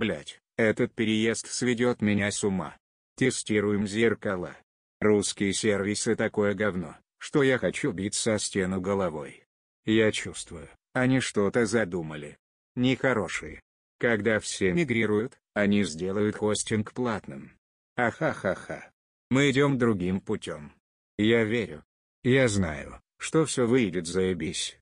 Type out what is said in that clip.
Блять, этот переезд сведет меня с ума. Тестируем зеркала. Русские сервисы такое говно, что я хочу биться о стену головой. Я чувствую, они что-то задумали. Нехорошие. Когда все мигрируют, они сделают хостинг платным. Ахахаха. Мы идем другим путем. Я верю. Я знаю, что все выйдет заебись.